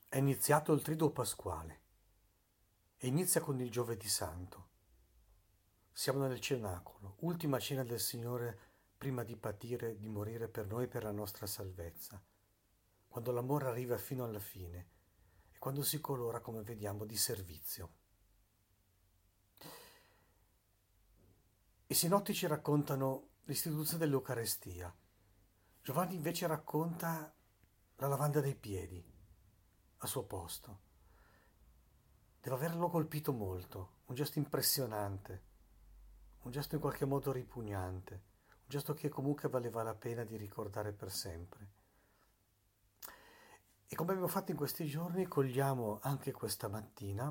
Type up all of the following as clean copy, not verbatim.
È iniziato il Triduo Pasquale e inizia con il Giovedì Santo. Siamo nel cenacolo, ultima cena del Signore prima di patire, di morire per noi e per la nostra salvezza, quando l'amore arriva fino alla fine e quando si colora, come vediamo, di servizio. I sinottici raccontano l'istituzione dell'Eucarestia. Giovanni invece racconta la lavanda dei piedi al suo posto. Deve averlo colpito molto, un gesto impressionante, un gesto in qualche modo ripugnante, un gesto che comunque valeva la pena di ricordare per sempre. E come abbiamo fatto in questi giorni, cogliamo anche questa mattina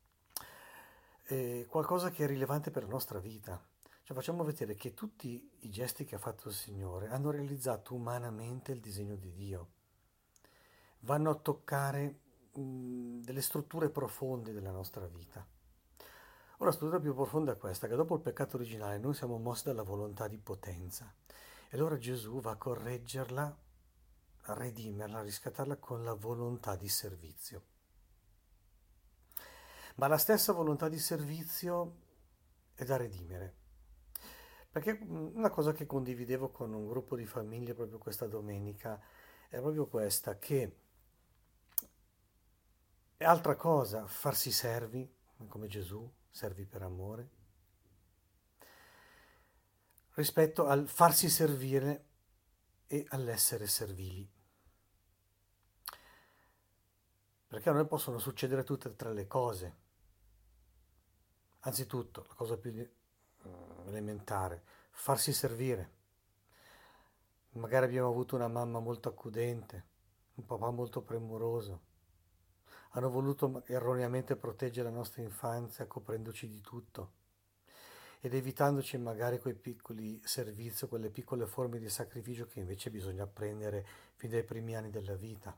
qualcosa che è rilevante per la nostra vita. Cioè facciamo vedere che tutti i gesti che ha fatto il Signore hanno realizzato umanamente il disegno di Dio. Vanno a toccare delle strutture profonde della nostra vita. Ora, la struttura più profonda è questa, che dopo il peccato originale noi siamo mossi dalla volontà di potenza. E allora Gesù va a correggerla, a redimerla, a riscattarla con la volontà di servizio. Ma la stessa volontà di servizio è da redimere. Perché una cosa che condividevo con un gruppo di famiglie proprio questa domenica è proprio questa, che è altra cosa farsi servi, come Gesù, servi per amore, rispetto al farsi servire e all'essere servili. Perché a noi possono succedere tutte e tre le cose. Anzitutto, la cosa più elementare, farsi servire. Magari abbiamo avuto una mamma molto accudente, un papà molto premuroso. Hanno voluto erroneamente proteggere la nostra infanzia coprendoci di tutto ed evitandoci magari quei piccoli servizi, quelle piccole forme di sacrificio che invece bisogna apprendere fin dai primi anni della vita.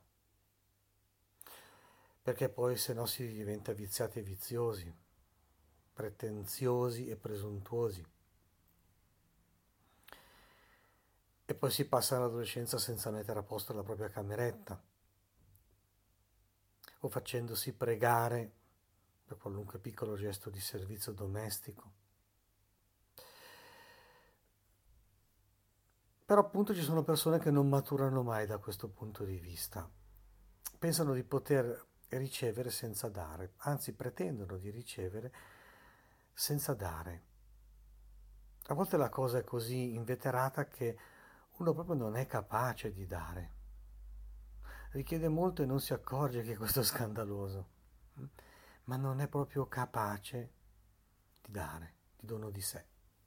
Perché poi se no si diventa viziati e viziosi, pretenziosi e presuntuosi. E poi si passa all'adolescenza senza mettere a posto la propria cameretta o facendosi pregare per qualunque piccolo gesto di servizio domestico. Però appunto ci sono persone che non maturano mai da questo punto di vista. Pensano di poter ricevere senza dare, anzi pretendono di ricevere senza dare. A volte la cosa è così inveterata che uno proprio non è capace di dare. Richiede molto e non si accorge che questo è scandaloso, ma non è proprio capace di dare, di dono di sé.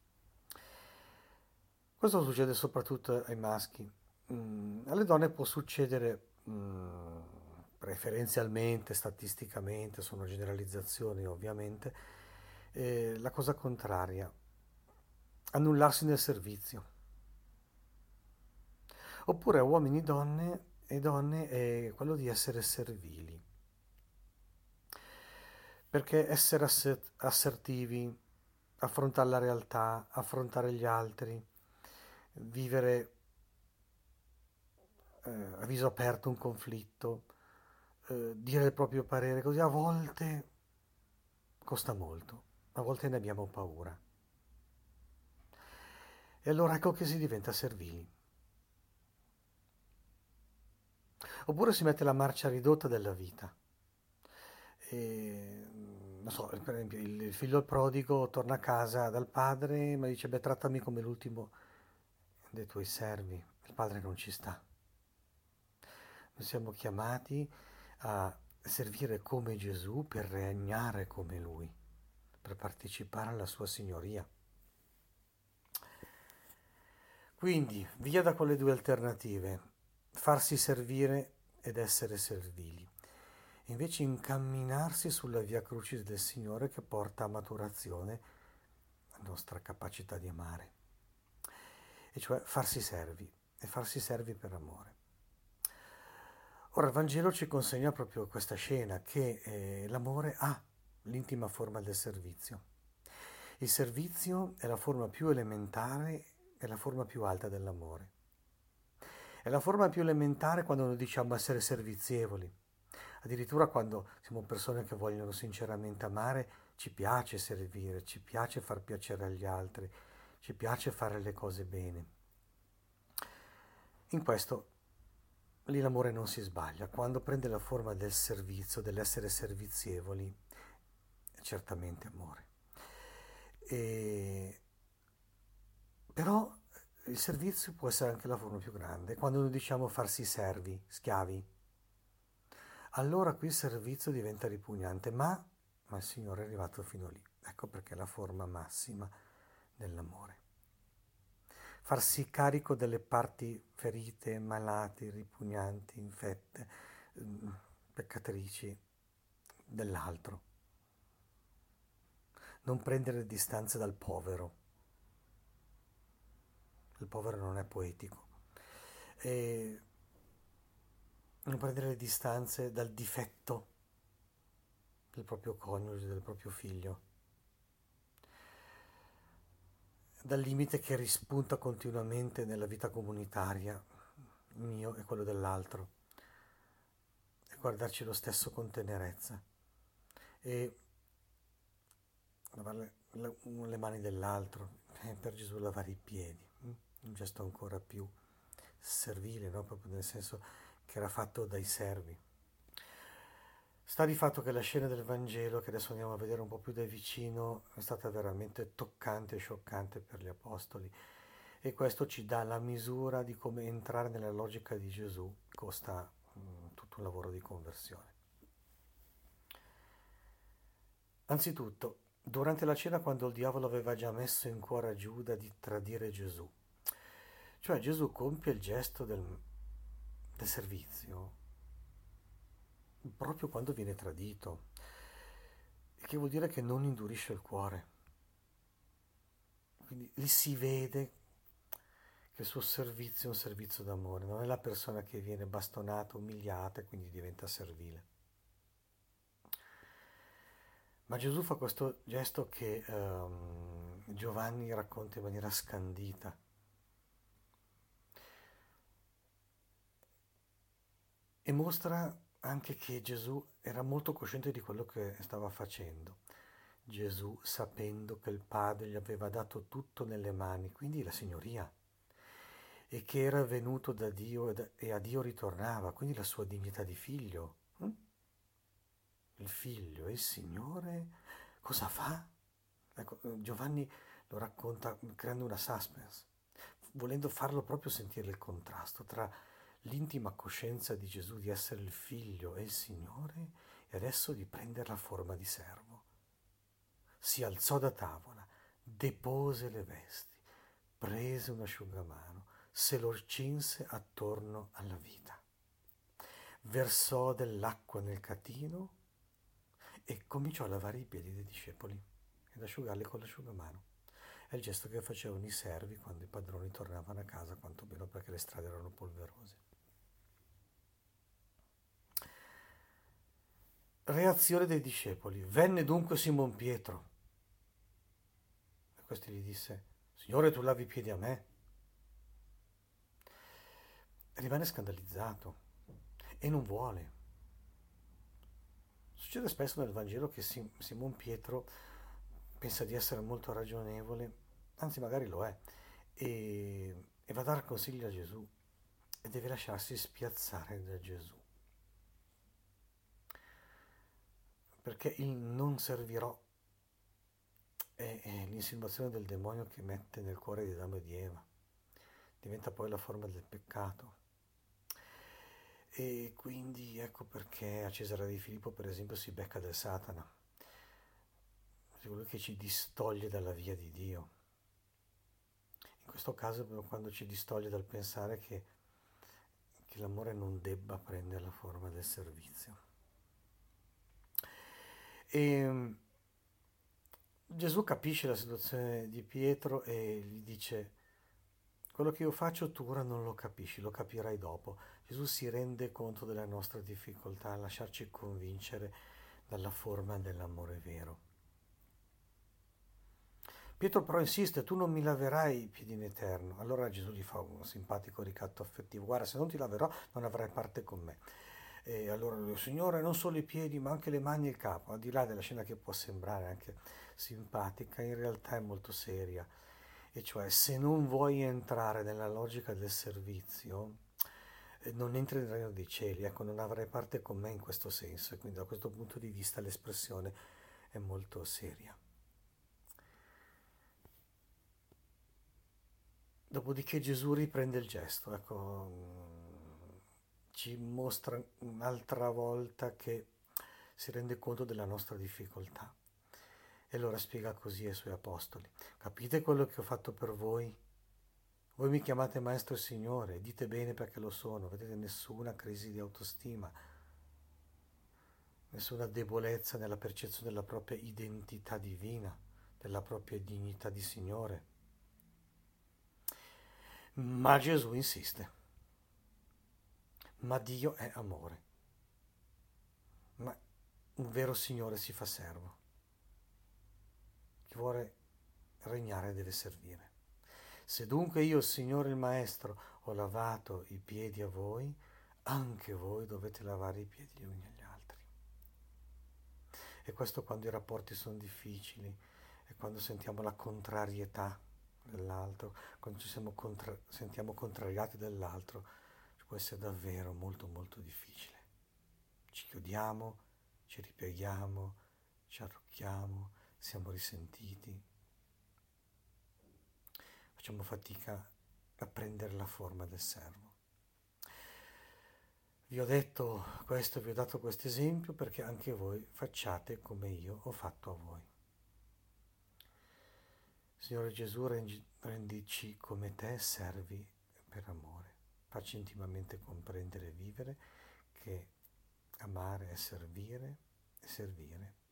Questo succede soprattutto ai maschi. Alle donne può succedere preferenzialmente, statisticamente, sono generalizzazioni ovviamente, la cosa contraria, annullarsi nel servizio. Oppure a uomini e donne è quello di essere servili. Perché essere assertivi, affrontare la realtà, affrontare gli altri, vivere a viso aperto un conflitto, dire il proprio parere, così a volte costa molto, a volte ne abbiamo paura. E allora ecco che si diventa servili. Oppure si mette la marcia ridotta della vita. E, non so, per esempio il figlio prodigo torna a casa dal padre ma dice, beh, trattami come l'ultimo dei tuoi servi. Il padre non ci sta. Noi siamo chiamati a servire come Gesù per regnare come Lui, per partecipare alla sua signoria. Quindi, via da quelle due alternative, farsi servire ed essere servili. Invece incamminarsi sulla via crucis del Signore che porta a maturazione la nostra capacità di amare. E cioè farsi servi, e farsi servi per amore. Ora il Vangelo ci consegna proprio questa scena che l'amore ha l'intima forma del servizio. Il servizio è la forma più elementare e la forma più alta dell'amore. È la forma più elementare quando noi diciamo essere servizievoli. Addirittura quando siamo persone che vogliono sinceramente amare, ci piace servire, ci piace far piacere agli altri, ci piace fare le cose bene. In questo lì l'amore non si sbaglia. Quando prende la forma del servizio, dell'essere servizievoli, è certamente amore. E... Però il servizio può essere anche la forma più grande. Quando noi diciamo farsi servi, schiavi, allora qui il servizio diventa ripugnante, ma il Signore è arrivato fino lì. Ecco perché è la forma massima dell'amore. Farsi carico delle parti ferite, malate, ripugnanti, infette, peccatrici dell'altro. Non prendere distanze dal povero. Il povero non è poetico. E non prendere le distanze dal difetto del proprio coniuge, del proprio figlio, dal limite che rispunta continuamente nella vita comunitaria, mio e quello dell'altro, e guardarci lo stesso con tenerezza e lavare le mani dell'altro, per Gesù lavare i piedi, un gesto ancora più servile, no? Proprio nel senso che era fatto dai servi. Sta di fatto che la scena del Vangelo, che adesso andiamo a vedere un po' più da vicino, è stata veramente toccante e scioccante per gli apostoli, e questo ci dà la misura di come entrare nella logica di Gesù costa tutto un lavoro di conversione. Anzitutto, durante la cena, quando il diavolo aveva già messo in cuore a Giuda di tradire Gesù, cioè Gesù compie il gesto del servizio proprio quando viene tradito, il che vuol dire che non indurisce il cuore. Quindi lì si vede che il suo servizio è un servizio d'amore, non è la persona che viene bastonata, umiliata e quindi diventa servile. Ma Gesù fa questo gesto che Giovanni racconta in maniera scandita. E mostra anche che Gesù era molto cosciente di quello che stava facendo. Gesù, sapendo che il Padre gli aveva dato tutto nelle mani, quindi la signoria, e che era venuto da Dio e a Dio ritornava, quindi la sua dignità di figlio. Il figlio e il Signore cosa fa? Ecco, Giovanni lo racconta creando una suspense, volendo farlo proprio sentire il contrasto tra l'intima coscienza di Gesù di essere il figlio e il Signore e adesso di prendere la forma di servo. Si alzò da tavola, depose le vesti, prese un asciugamano, se lo cinse attorno alla vita, versò dell'acqua nel catino e cominciò a lavare i piedi dei discepoli ed asciugarli con l'asciugamano. È il gesto che facevano i servi quando i padroni tornavano a casa, quantomeno perché le strade erano polverose. Reazione dei discepoli. Venne dunque Simon Pietro. E questi gli disse: Signore, tu lavi i piedi a me? Rimane scandalizzato e non vuole. Succede spesso nel Vangelo che Simon Pietro pensa di essere molto ragionevole, anzi magari lo è, e va a dare consigli a Gesù e deve lasciarsi spiazzare da Gesù. Perché il non servirò è l'insinuazione del demonio che mette nel cuore di Adamo e di Eva. Diventa poi la forma del peccato. E quindi ecco perché a Cesare di Filippo, per esempio, si becca del Satana, colui che ci distoglie dalla via di Dio. In questo caso è proprio quando ci distoglie dal pensare che l'amore non debba prendere la forma del servizio. E Gesù capisce la situazione di Pietro e gli dice: quello che io faccio tu ora non lo capisci, lo capirai dopo. Gesù si rende conto della nostra difficoltà a lasciarci convincere dalla forma dell'amore vero. Pietro però insiste: tu non mi laverai i piedi in eterno. Allora Gesù gli fa un simpatico ricatto affettivo: guarda, se non ti laverò non avrai parte con me. E allora, Signore, non solo i piedi, ma anche le mani e il capo. Al di là della scena che può sembrare anche simpatica, in realtà è molto seria. E cioè, se non vuoi entrare nella logica del servizio, non entri nel regno dei cieli. Ecco, non avrai parte con me in questo senso. E quindi da questo punto di vista l'espressione è molto seria. Dopodiché Gesù riprende il gesto, ecco, ci mostra un'altra volta che si rende conto della nostra difficoltà. E allora spiega così ai suoi apostoli: capite quello che ho fatto per voi? Voi mi chiamate Maestro e Signore, dite bene perché lo sono, vedete nessuna crisi di autostima, nessuna debolezza nella percezione della propria identità divina, della propria dignità di Signore. Ma Gesù insiste, ma Dio è amore, ma un vero Signore si fa servo, chi vuole regnare deve servire. Se dunque io, Signore il Maestro, ho lavato i piedi a voi, anche voi dovete lavare i piedi gli uni agli altri. E questo quando i rapporti sono difficili, e quando sentiamo la contrarietà dell'altro, quando sentiamo contrariati dall'altro, può essere davvero molto molto difficile. Ci chiudiamo, ci ripieghiamo, ci arrocchiamo, siamo risentiti, facciamo fatica a prendere la forma del servo. Vi ho detto questo, vi ho dato questo esempio perché anche voi facciate come io ho fatto a voi. Signore Gesù, rendici come te servi per amore. Facci intimamente comprendere e vivere che amare è servire e servire